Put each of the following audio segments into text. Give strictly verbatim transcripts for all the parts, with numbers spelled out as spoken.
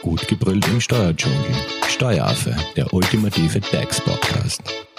Gut gebrüllt im Steuerdschungel. Steueraffe, der ultimative Tax-Podcast.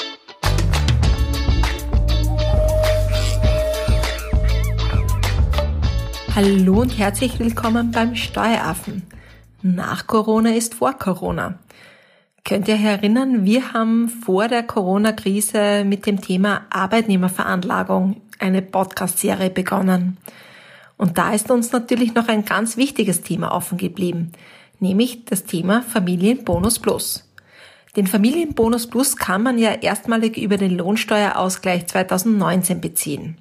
Hallo und herzlich willkommen beim Steueraffen. Nach Corona ist vor Corona. Könnt ihr euch erinnern, wir haben vor der Corona-Krise mit dem Thema Arbeitnehmerveranlagung eine Podcast-Serie begonnen. Und da ist uns natürlich noch ein ganz wichtiges Thema offen geblieben, nämlich das Thema Familienbonus Plus. Den Familienbonus Plus kann man ja erstmalig über den Lohnsteuerausgleich zweitausendneunzehn beziehen.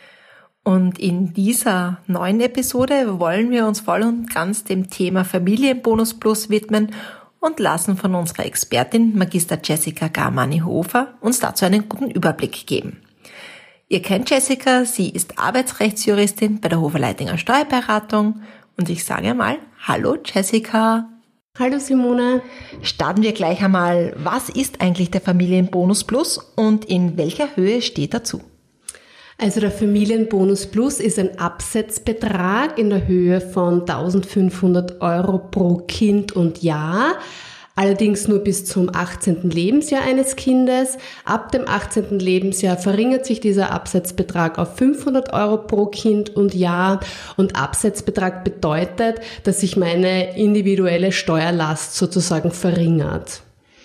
Und in dieser neuen Episode wollen wir uns voll und ganz dem Thema Familienbonus Plus widmen und lassen von unserer Expertin Magister Jessica Garmani-Hofer uns dazu einen guten Überblick geben. Ihr kennt Jessica, sie ist Arbeitsrechtsjuristin bei der Hofer-Leitinger Steuerberatung und ich sage einmal, hallo Jessica. Hallo Simone. Starten wir gleich einmal, was ist eigentlich der Familienbonus Plus und in welcher Höhe steht er zu? Also der Familienbonus Plus ist ein Absetzbetrag in der Höhe von eintausendfünfhundert Euro pro Kind und Jahr, allerdings nur bis zum achtzehnten Lebensjahr eines Kindes. Ab dem achtzehnten Lebensjahr verringert sich dieser Absetzbetrag auf fünfhundert Euro pro Kind und Jahr und Absetzbetrag bedeutet, dass sich meine individuelle Steuerlast sozusagen verringert.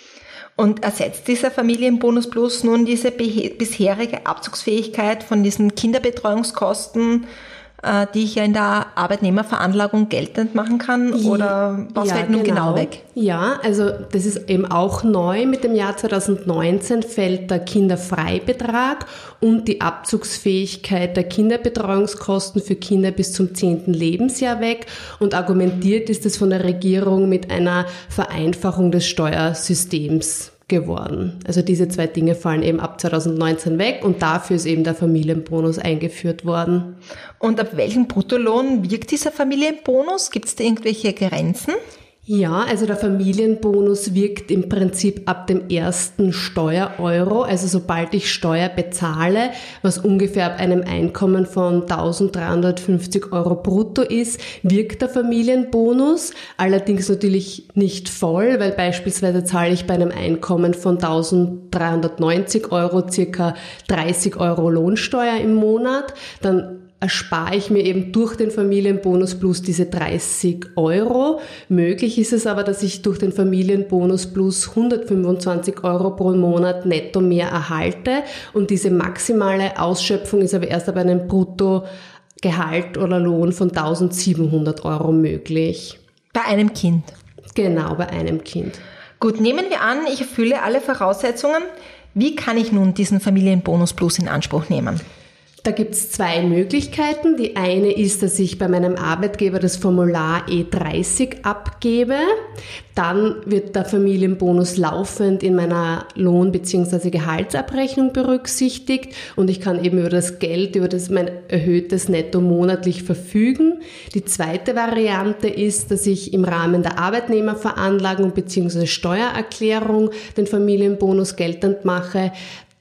Und ersetzt dieser Familienbonus Plus nun diese bisherige Abzugsfähigkeit von diesen Kinderbetreuungskosten, die ich ja in der Arbeitnehmerveranlagung geltend machen kann? Oder was ja, fällt nun genau. genau weg? Ja, also das ist eben auch neu. Mit dem Jahr zweitausendneunzehn fällt der Kinderfreibetrag und die Abzugsfähigkeit der Kinderbetreuungskosten für Kinder bis zum zehnten Lebensjahr weg. Und argumentiert ist es von der Regierung mit einer Vereinfachung des Steuersystems geworden. Also diese zwei Dinge fallen eben ab zweitausendneunzehn weg und dafür ist eben der Familienbonus eingeführt worden. Und ab welchem Bruttolohn wirkt dieser Familienbonus? Gibt es da irgendwelche Grenzen? Ja, also der Familienbonus wirkt im Prinzip ab dem ersten Steuereuro, also sobald ich Steuer bezahle, was ungefähr ab einem Einkommen von eintausenddreihundertfünfzig Euro brutto ist, wirkt der Familienbonus, allerdings natürlich nicht voll, weil beispielsweise zahle ich bei einem Einkommen von eintausenddreihundertneunzig Euro circa dreißig Euro Lohnsteuer im Monat, dann erspare ich mir eben durch den Familienbonus Plus diese dreißig Euro. Möglich ist es aber, dass ich durch den Familienbonus Plus hundertfünfundzwanzig Euro pro Monat netto mehr erhalte und diese maximale Ausschöpfung ist aber erst ab einem Bruttogehalt oder Lohn von eintausendsiebenhundert Euro möglich. Bei einem Kind? Genau, bei einem Kind. Gut, nehmen wir an, ich erfülle alle Voraussetzungen. Wie kann ich nun diesen Familienbonus Plus in Anspruch nehmen? Da gibt's zwei Möglichkeiten. Die eine ist, dass ich bei meinem Arbeitgeber das Formular E dreißig abgebe. Dann wird der Familienbonus laufend in meiner Lohn- bzw. Gehaltsabrechnung berücksichtigt und ich kann eben über das Geld, über das mein erhöhtes Netto monatlich verfügen. Die zweite Variante ist, dass ich im Rahmen der Arbeitnehmerveranlagung bzw. Steuererklärung den Familienbonus geltend mache.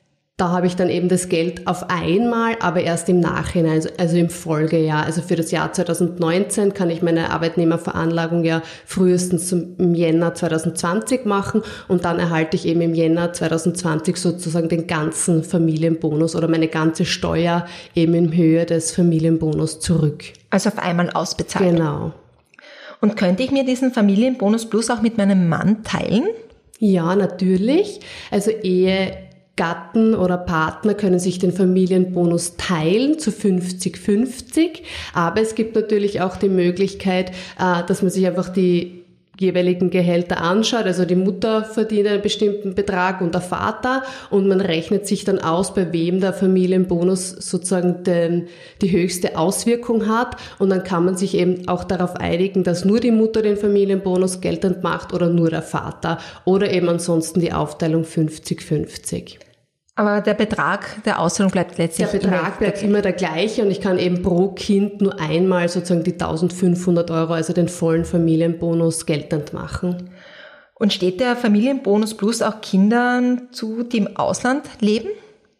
Da habe ich dann eben das Geld auf einmal, aber erst im Nachhinein, also, also im Folgejahr. Also für das Jahr zweitausendneunzehn kann ich meine Arbeitnehmerveranlagung ja frühestens im Jänner zweitausendzwanzig machen und dann erhalte ich eben im Jänner zweitausendzwanzig sozusagen den ganzen Familienbonus oder meine ganze Steuer eben in Höhe des Familienbonus zurück. Also auf einmal ausbezahlt. Genau. Und könnte ich mir diesen Familienbonus Plus auch mit meinem Mann teilen? Ja, natürlich. Also Ehe Gatten oder Partner können sich den Familienbonus teilen zu fünfzig fünfzig, aber es gibt natürlich auch die Möglichkeit, dass man sich einfach die jeweiligen Gehälter anschaut, also die Mutter verdient einen bestimmten Betrag und der Vater und man rechnet sich dann aus, bei wem der Familienbonus sozusagen den, die höchste Auswirkung hat und dann kann man sich eben auch darauf einigen, dass nur die Mutter den Familienbonus geltend macht oder nur der Vater oder eben ansonsten die Aufteilung fünfzig fünfzig. Aber der Betrag der Auszahlung bleibt letztlich Der Betrag bleibt immer der gleiche und ich kann eben pro Kind nur einmal sozusagen die eintausendfünfhundert Euro, also den vollen Familienbonus geltend machen. Und steht der Familienbonus Plus auch Kindern zu, die im Ausland leben?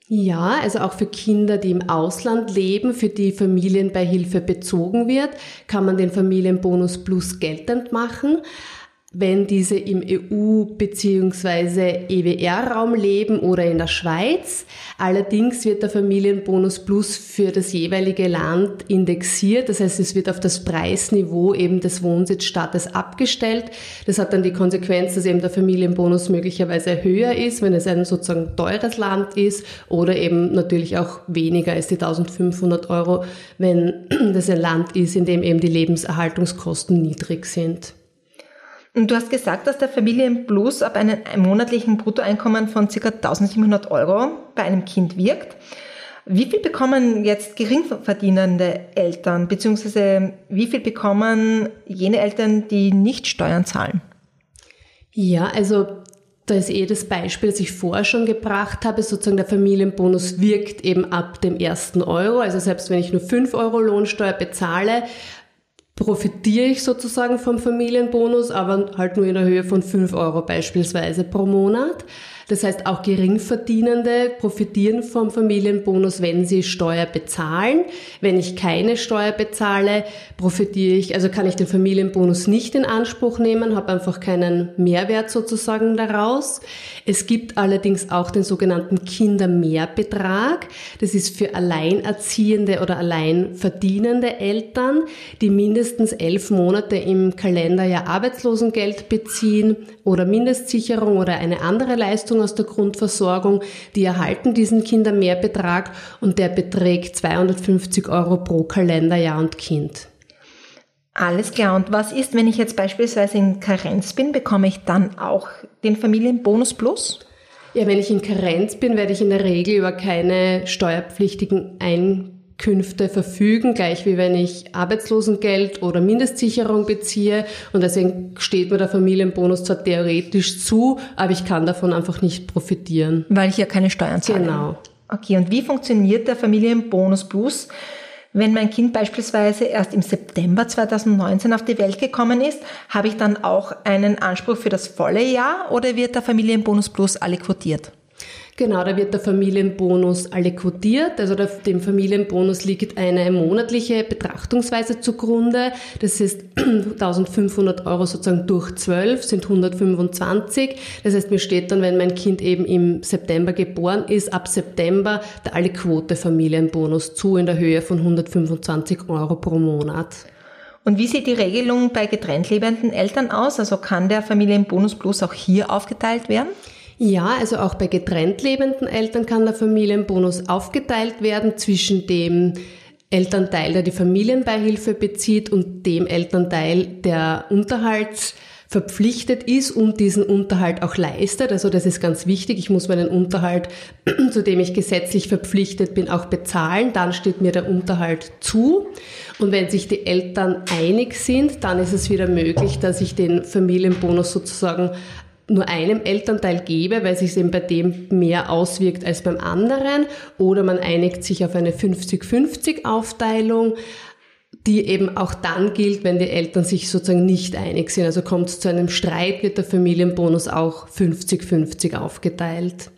Ja, also auch für Kinder, die im Ausland leben, für die Familienbeihilfe bezogen wird, kann man den Familienbonus Plus geltend machen. wenn diese im E U- bzw. E W R-Raum leben oder in der Schweiz. Allerdings wird der Familienbonus Plus für das jeweilige Land indexiert. Das heißt, es wird auf das Preisniveau eben des Wohnsitzstaates abgestellt. Das hat dann die Konsequenz, dass eben der Familienbonus möglicherweise höher ist, wenn es ein sozusagen teures Land ist, oder eben natürlich auch weniger als die eintausendfünfhundert Euro, wenn das ein Land ist, in dem eben die Lebenserhaltungskosten niedrig sind. Und du hast gesagt, dass der Familienplus ab einem monatlichen Bruttoeinkommen von ca. eintausendsiebenhundert Euro bei einem Kind wirkt. Wie viel bekommen jetzt geringverdienende Eltern, beziehungsweise wie viel bekommen jene Eltern, die nicht Steuern zahlen? Ja, also da ist eh das Beispiel, das ich vorher schon gebracht habe, sozusagen der Familienbonus wirkt eben ab dem ersten Euro. Also selbst wenn ich nur fünf Euro Lohnsteuer bezahle, profitiere ich sozusagen vom Familienbonus, aber halt nur in der Höhe von fünf Euro beispielsweise pro Monat. Das heißt, auch Geringverdienende profitieren vom Familienbonus, wenn sie Steuer bezahlen. Wenn ich keine Steuer bezahle, profitiere ich, also kann ich den Familienbonus nicht in Anspruch nehmen, habe einfach keinen Mehrwert sozusagen daraus. Es gibt allerdings auch den sogenannten Kindermehrbetrag. Das ist für alleinerziehende oder alleinverdienende Eltern, die mindestens elf Monate im Kalenderjahr Arbeitslosengeld beziehen oder Mindestsicherung oder eine andere Leistung aus der Grundversorgung, die erhalten diesen Kindermehrbetrag und der beträgt zweihundertfünfzig Euro pro Kalenderjahr und Kind. Alles klar. Und was ist, wenn ich jetzt beispielsweise in Karenz bin, bekomme ich dann auch den Familienbonus Plus? Ja, wenn ich in Karenz bin, werde ich in der Regel über keine steuerpflichtigen Einkünfte verfügen, gleich wie wenn ich Arbeitslosengeld oder Mindestsicherung beziehe. Und deswegen steht mir der Familienbonus zwar theoretisch zu, aber ich kann davon einfach nicht profitieren. Weil ich ja keine Steuern zahle. Genau. Okay, und wie funktioniert der Familienbonus Plus, wenn mein Kind beispielsweise erst im September zweitausendneunzehn auf die Welt gekommen ist? Habe ich dann auch einen Anspruch für das volle Jahr oder wird der Familienbonus Plus aliquotiert? Genau, da wird der Familienbonus aliquotiert, also dem Familienbonus liegt eine monatliche Betrachtungsweise zugrunde. Das ist eintausendfünfhundert Euro sozusagen durch zwölf, sind hundertfünfundzwanzig. Das heißt, mir steht dann, wenn mein Kind eben im September geboren ist, ab September der Aliquote-Familienbonus zu in der Höhe von hundertfünfundzwanzig Euro pro Monat. Und wie sieht die Regelung bei getrennt lebenden Eltern aus? Also kann der Familienbonus Plus auch hier aufgeteilt werden? Ja, also auch bei getrennt lebenden Eltern kann der Familienbonus aufgeteilt werden zwischen dem Elternteil, der die Familienbeihilfe bezieht, und dem Elternteil, der unterhaltsverpflichtet ist und diesen Unterhalt auch leistet. Also das ist ganz wichtig. Ich muss meinen Unterhalt, zu dem ich gesetzlich verpflichtet bin, auch bezahlen. Dann steht mir der Unterhalt zu. Und wenn sich die Eltern einig sind, dann ist es wieder möglich, dass ich den Familienbonus sozusagen nur einem Elternteil gebe, weil sich es eben bei dem mehr auswirkt als beim anderen, oder man einigt sich auf eine fünfzig fünfzig Aufteilung, die eben auch dann gilt, wenn die Eltern sich sozusagen nicht einig sind. Also kommt es zu einem Streit, wird der Familienbonus auch fünfzig fünfzig aufgeteilt.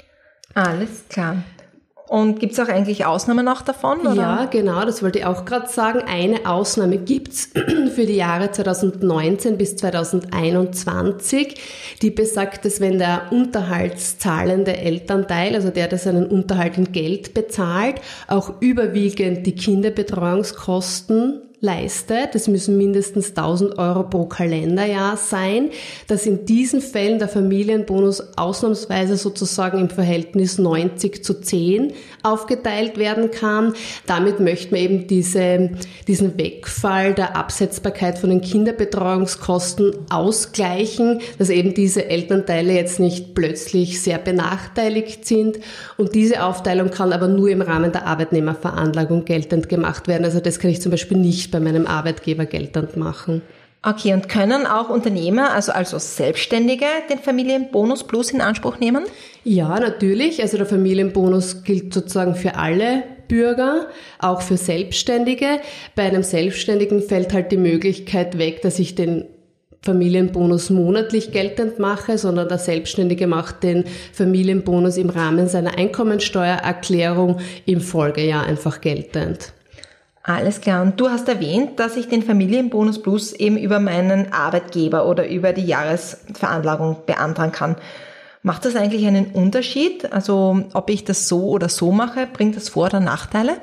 Alles klar. Und gibt es auch eigentlich Ausnahmen auch davon? Oder? Ja, genau, das wollte ich auch gerade sagen. Eine Ausnahme gibt's für die Jahre zweitausendneunzehn bis zweitausendeinundzwanzig, die besagt, dass wenn der unterhaltszahlende Elternteil, also der, der seinen Unterhalt in Geld bezahlt, auch überwiegend die Kinderbetreuungskosten leistet, das müssen mindestens tausend Euro pro Kalenderjahr sein, dass in diesen Fällen der Familienbonus ausnahmsweise sozusagen im Verhältnis neunzig zu zehn aufgeteilt werden kann. Damit möchte man eben diese, diesen Wegfall der Absetzbarkeit von den Kinderbetreuungskosten ausgleichen, dass eben diese Elternteile jetzt nicht plötzlich sehr benachteiligt sind. Und diese Aufteilung kann aber nur im Rahmen der Arbeitnehmerveranlagung geltend gemacht werden. Also das kann ich zum Beispiel nicht bei meinem Arbeitgeber geltend machen. Okay, und können auch Unternehmer, also also Selbstständige, den Familienbonus Plus in Anspruch nehmen? Ja, natürlich. Also der Familienbonus gilt sozusagen für alle Bürger, auch für Selbstständige. Bei einem Selbstständigen fällt halt die Möglichkeit weg, dass ich den Familienbonus monatlich geltend mache, sondern der Selbstständige macht den Familienbonus im Rahmen seiner Einkommensteuererklärung im Folgejahr einfach geltend. Alles klar. Und du hast erwähnt, dass ich den Familienbonus Plus eben über meinen Arbeitgeber oder über die Jahresveranlagung beantragen kann. Macht das eigentlich einen Unterschied? Also ob ich das so oder so mache, bringt das Vor- oder Nachteile?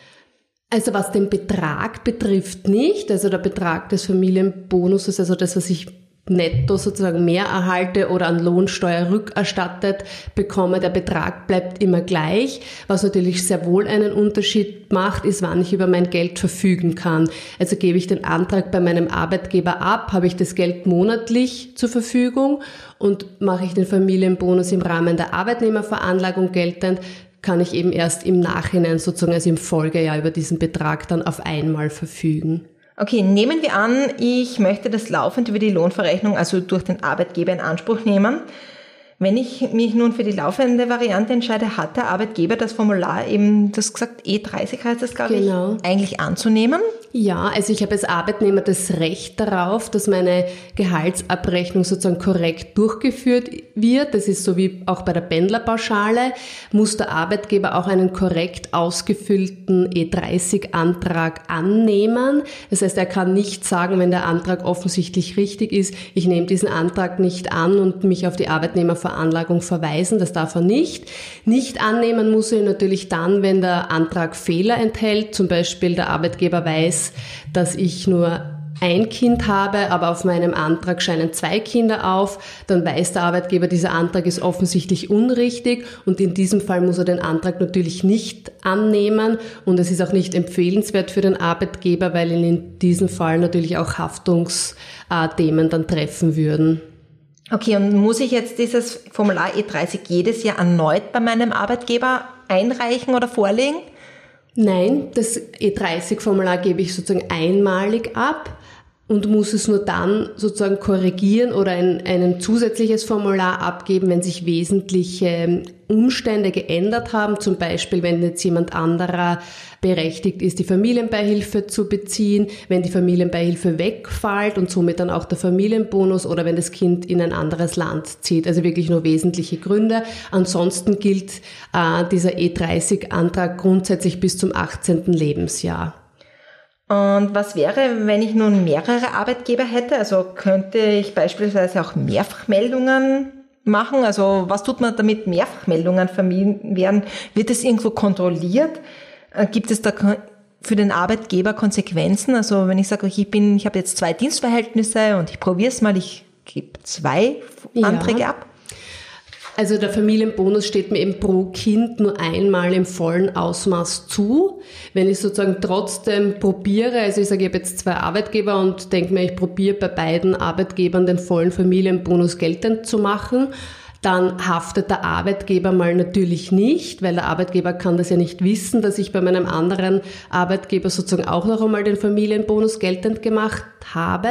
Also was den Betrag betrifft nicht, also der Betrag des Familienbonuses, also das, was ich netto sozusagen mehr erhalte oder an Lohnsteuer rückerstattet bekomme, der Betrag bleibt immer gleich. Was natürlich sehr wohl einen Unterschied macht, ist, wann ich über mein Geld verfügen kann. Also gebe ich den Antrag bei meinem Arbeitgeber ab, habe ich das Geld monatlich zur Verfügung, und mache ich den Familienbonus im Rahmen der Arbeitnehmerveranlagung geltend, kann ich eben erst im Nachhinein sozusagen, also im Folgejahr, über diesen Betrag dann auf einmal verfügen. Okay, nehmen wir an, ich möchte das laufend über die Lohnverrechnung, also durch den Arbeitgeber, in Anspruch nehmen. Wenn ich mich nun für die laufende Variante entscheide, hat der Arbeitgeber das Formular eben, das gesagt, E dreißig heißt das, glaube genau. ich, eigentlich anzunehmen? Ja, also ich habe als Arbeitnehmer das Recht darauf, dass meine Gehaltsabrechnung sozusagen korrekt durchgeführt wird. Das ist so wie auch bei der Pendlerpauschale, muss der Arbeitgeber auch einen korrekt ausgefüllten E dreißig Antrag annehmen. Das heißt, er kann nicht sagen, wenn der Antrag offensichtlich richtig ist, ich nehme diesen Antrag nicht an und mich auf die Arbeitnehmerveranlagung verweisen. Das darf er nicht. Nicht annehmen muss er natürlich dann, wenn der Antrag Fehler enthält. Zum Beispiel der Arbeitgeber weiß, dass ich nur ein Kind habe, aber auf meinem Antrag scheinen zwei Kinder auf, dann weiß der Arbeitgeber, dieser Antrag ist offensichtlich unrichtig, und in diesem Fall muss er den Antrag natürlich nicht annehmen, und es ist auch nicht empfehlenswert für den Arbeitgeber, weil ihn in diesem Fall natürlich auch Haftungsthemen dann treffen würden. Okay, und muss ich jetzt dieses Formular E dreißig jedes Jahr erneut bei meinem Arbeitgeber einreichen oder vorlegen? Nein, das E dreißig Formular gebe ich sozusagen einmalig ab und muss es nur dann sozusagen korrigieren oder ein, ein zusätzliches Formular abgeben, wenn sich wesentliche Umstände geändert haben. Zum Beispiel, wenn jetzt jemand anderer berechtigt ist, die Familienbeihilfe zu beziehen, wenn die Familienbeihilfe wegfällt und somit dann auch der Familienbonus, oder wenn das Kind in ein anderes Land zieht. Also wirklich nur wesentliche Gründe. Ansonsten gilt äh, dieser E dreißig Antrag grundsätzlich bis zum achtzehnten Lebensjahr. Und was wäre, wenn ich nun mehrere Arbeitgeber hätte? Also könnte ich beispielsweise auch Mehrfachmeldungen machen? Also was tut man, damit Mehrfachmeldungen vermieden werden? Wird es irgendwo kontrolliert? Gibt es da für den Arbeitgeber Konsequenzen? Also wenn ich sage, ich bin, ich habe jetzt zwei Dienstverhältnisse und ich probiere es mal, ich gebe zwei Anträge ja. ab. Also der Familienbonus steht mir eben pro Kind nur einmal im vollen Ausmaß zu. Wenn ich sozusagen trotzdem probiere, also ich sage, ich habe jetzt zwei Arbeitgeber und denke mir, ich probiere bei beiden Arbeitgebern den vollen Familienbonus geltend zu machen, dann haftet der Arbeitgeber mal natürlich nicht, weil der Arbeitgeber kann das ja nicht wissen, dass ich bei meinem anderen Arbeitgeber sozusagen auch noch einmal den Familienbonus geltend gemacht habe.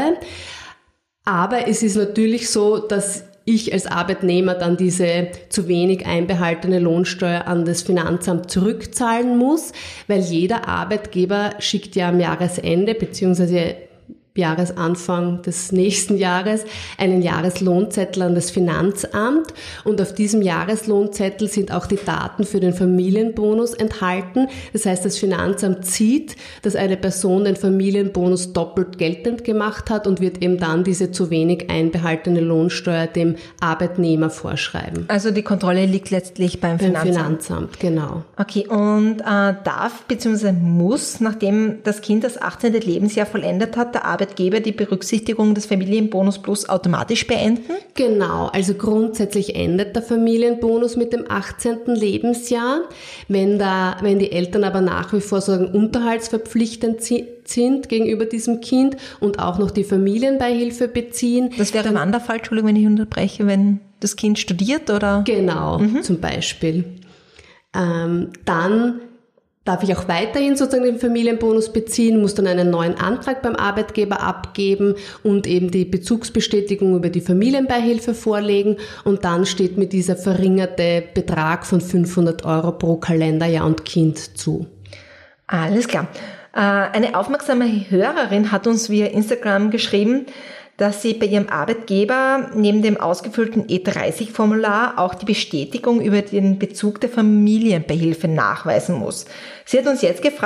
Aber es ist natürlich so, dass ich als Arbeitnehmer dann diese zu wenig einbehaltene Lohnsteuer an das Finanzamt zurückzahlen muss, weil jeder Arbeitgeber schickt ja am Jahresende beziehungsweise Jahresanfang des nächsten Jahres einen Jahreslohnzettel an das Finanzamt, und auf diesem Jahreslohnzettel sind auch die Daten für den Familienbonus enthalten. Das heißt, das Finanzamt sieht, dass eine Person den Familienbonus doppelt geltend gemacht hat und wird eben dann diese zu wenig einbehaltene Lohnsteuer dem Arbeitnehmer vorschreiben. Also die Kontrolle liegt letztlich beim, beim Finanzamt. Finanzamt, genau. Okay, und äh, darf bzw. muss, nachdem das Kind das achtzehnte Lebensjahr vollendet hat, der Arbeitgeber die Berücksichtigung des Familienbonus Plus automatisch beenden? Genau, also grundsätzlich endet der Familienbonus mit dem achtzehnten Lebensjahr. Wenn, da, wenn die Eltern aber nach wie vor sagen, unterhaltsverpflichtend sind gegenüber diesem Kind und auch noch die Familienbeihilfe beziehen. Das wäre wann der Fall, Entschuldigung, wenn ich unterbreche, wenn das Kind studiert, oder? Genau, mhm. zum Beispiel. Ähm, dann darf ich auch weiterhin sozusagen den Familienbonus beziehen, muss dann einen neuen Antrag beim Arbeitgeber abgeben und eben die Bezugsbestätigung über die Familienbeihilfe vorlegen, und dann steht mir dieser verringerte Betrag von fünfhundert Euro pro Kalenderjahr und Kind zu. Alles klar. Eine aufmerksame Hörerin hat uns via Instagram geschrieben, dass sie bei ihrem Arbeitgeber neben dem ausgefüllten E dreißig Formular auch die Bestätigung über den Bezug der Familienbeihilfe nachweisen muss. Sie hat uns jetzt gefragt,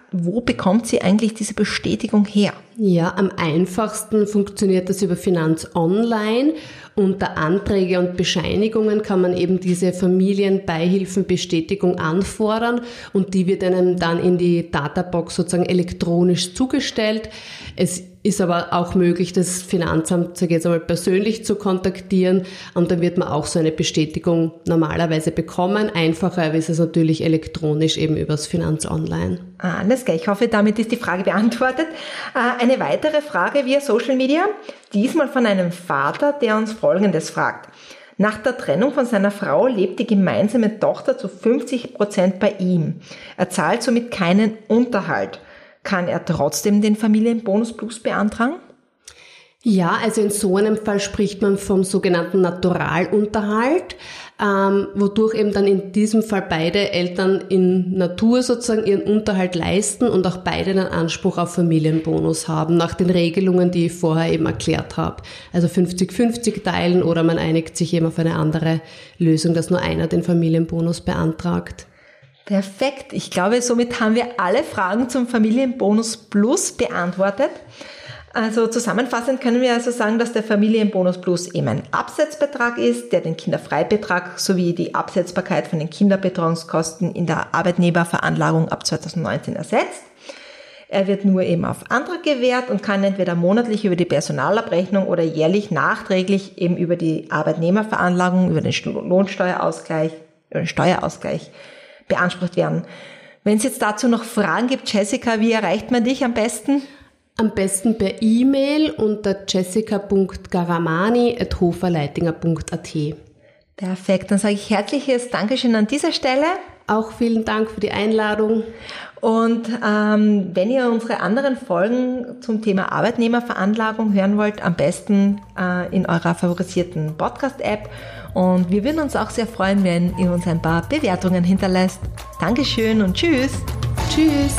wo bekommt sie eigentlich diese Bestätigung her? Ja, am einfachsten funktioniert das über Finanz Online. Unter Anträge und Bescheinigungen kann man eben diese Familienbeihilfenbestätigung anfordern und die wird einem dann in die Databox sozusagen elektronisch zugestellt. Es ist aber auch möglich, das Finanzamt jetzt einmal persönlich zu kontaktieren und dann wird man auch so eine Bestätigung normalerweise bekommen. Einfacher ist es natürlich elektronisch eben übers Finanz Online. Alles klar, ich hoffe, damit ist die Frage beantwortet. Eine weitere Frage via Social Media, diesmal von einem Vater, der uns Folgendes fragt. Nach der Trennung von seiner Frau lebt die gemeinsame Tochter zu fünfzig Prozent bei ihm. Er zahlt somit keinen Unterhalt. Kann er trotzdem den Familienbonus Plus beantragen? Ja, also in so einem Fall spricht man vom sogenannten Naturalunterhalt, ähm, wodurch eben dann in diesem Fall beide Eltern in Natur sozusagen ihren Unterhalt leisten und auch beide einen Anspruch auf Familienbonus haben, nach den Regelungen, die ich vorher eben erklärt habe. Also fünfzig fünfzig teilen oder man einigt sich eben auf eine andere Lösung, dass nur einer den Familienbonus beantragt. Perfekt. Ich glaube, somit haben wir alle Fragen zum Familienbonus Plus beantwortet. Also zusammenfassend können wir also sagen, dass der Familienbonus Plus eben ein Absetzbetrag ist, der den Kinderfreibetrag sowie die Absetzbarkeit von den Kinderbetreuungskosten in der Arbeitnehmerveranlagung ab zweitausendneunzehn ersetzt. Er wird nur eben auf Antrag gewährt und kann entweder monatlich über die Personalabrechnung oder jährlich nachträglich eben über die Arbeitnehmerveranlagung, über den Lohnsteuerausgleich, über den Steuerausgleich beansprucht werden. Wenn es jetzt dazu noch Fragen gibt, Jessica, wie erreicht man dich am besten? Am besten per E-Mail unter jessica punkt garamani at hoferleitinger punkt a t. Perfekt, dann sage ich herzliches Dankeschön an dieser Stelle. Auch vielen Dank für die Einladung. Und ähm, wenn ihr unsere anderen Folgen zum Thema Arbeitnehmerveranlagung hören wollt, am besten äh, in eurer favorisierten Podcast-App. Und wir würden uns auch sehr freuen, wenn ihr uns ein paar Bewertungen hinterlässt. Dankeschön und tschüss. Tschüss.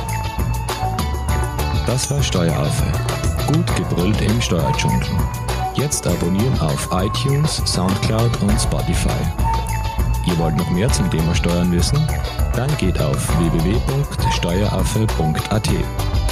Das war Steueraffe. Gut gebrüllt im Steuerdschungel. Jetzt abonnieren auf iTunes, Soundcloud und Spotify. Ihr wollt noch mehr zum Thema Steuern wissen? Dann geht auf w w w punkt steueraffe punkt a t.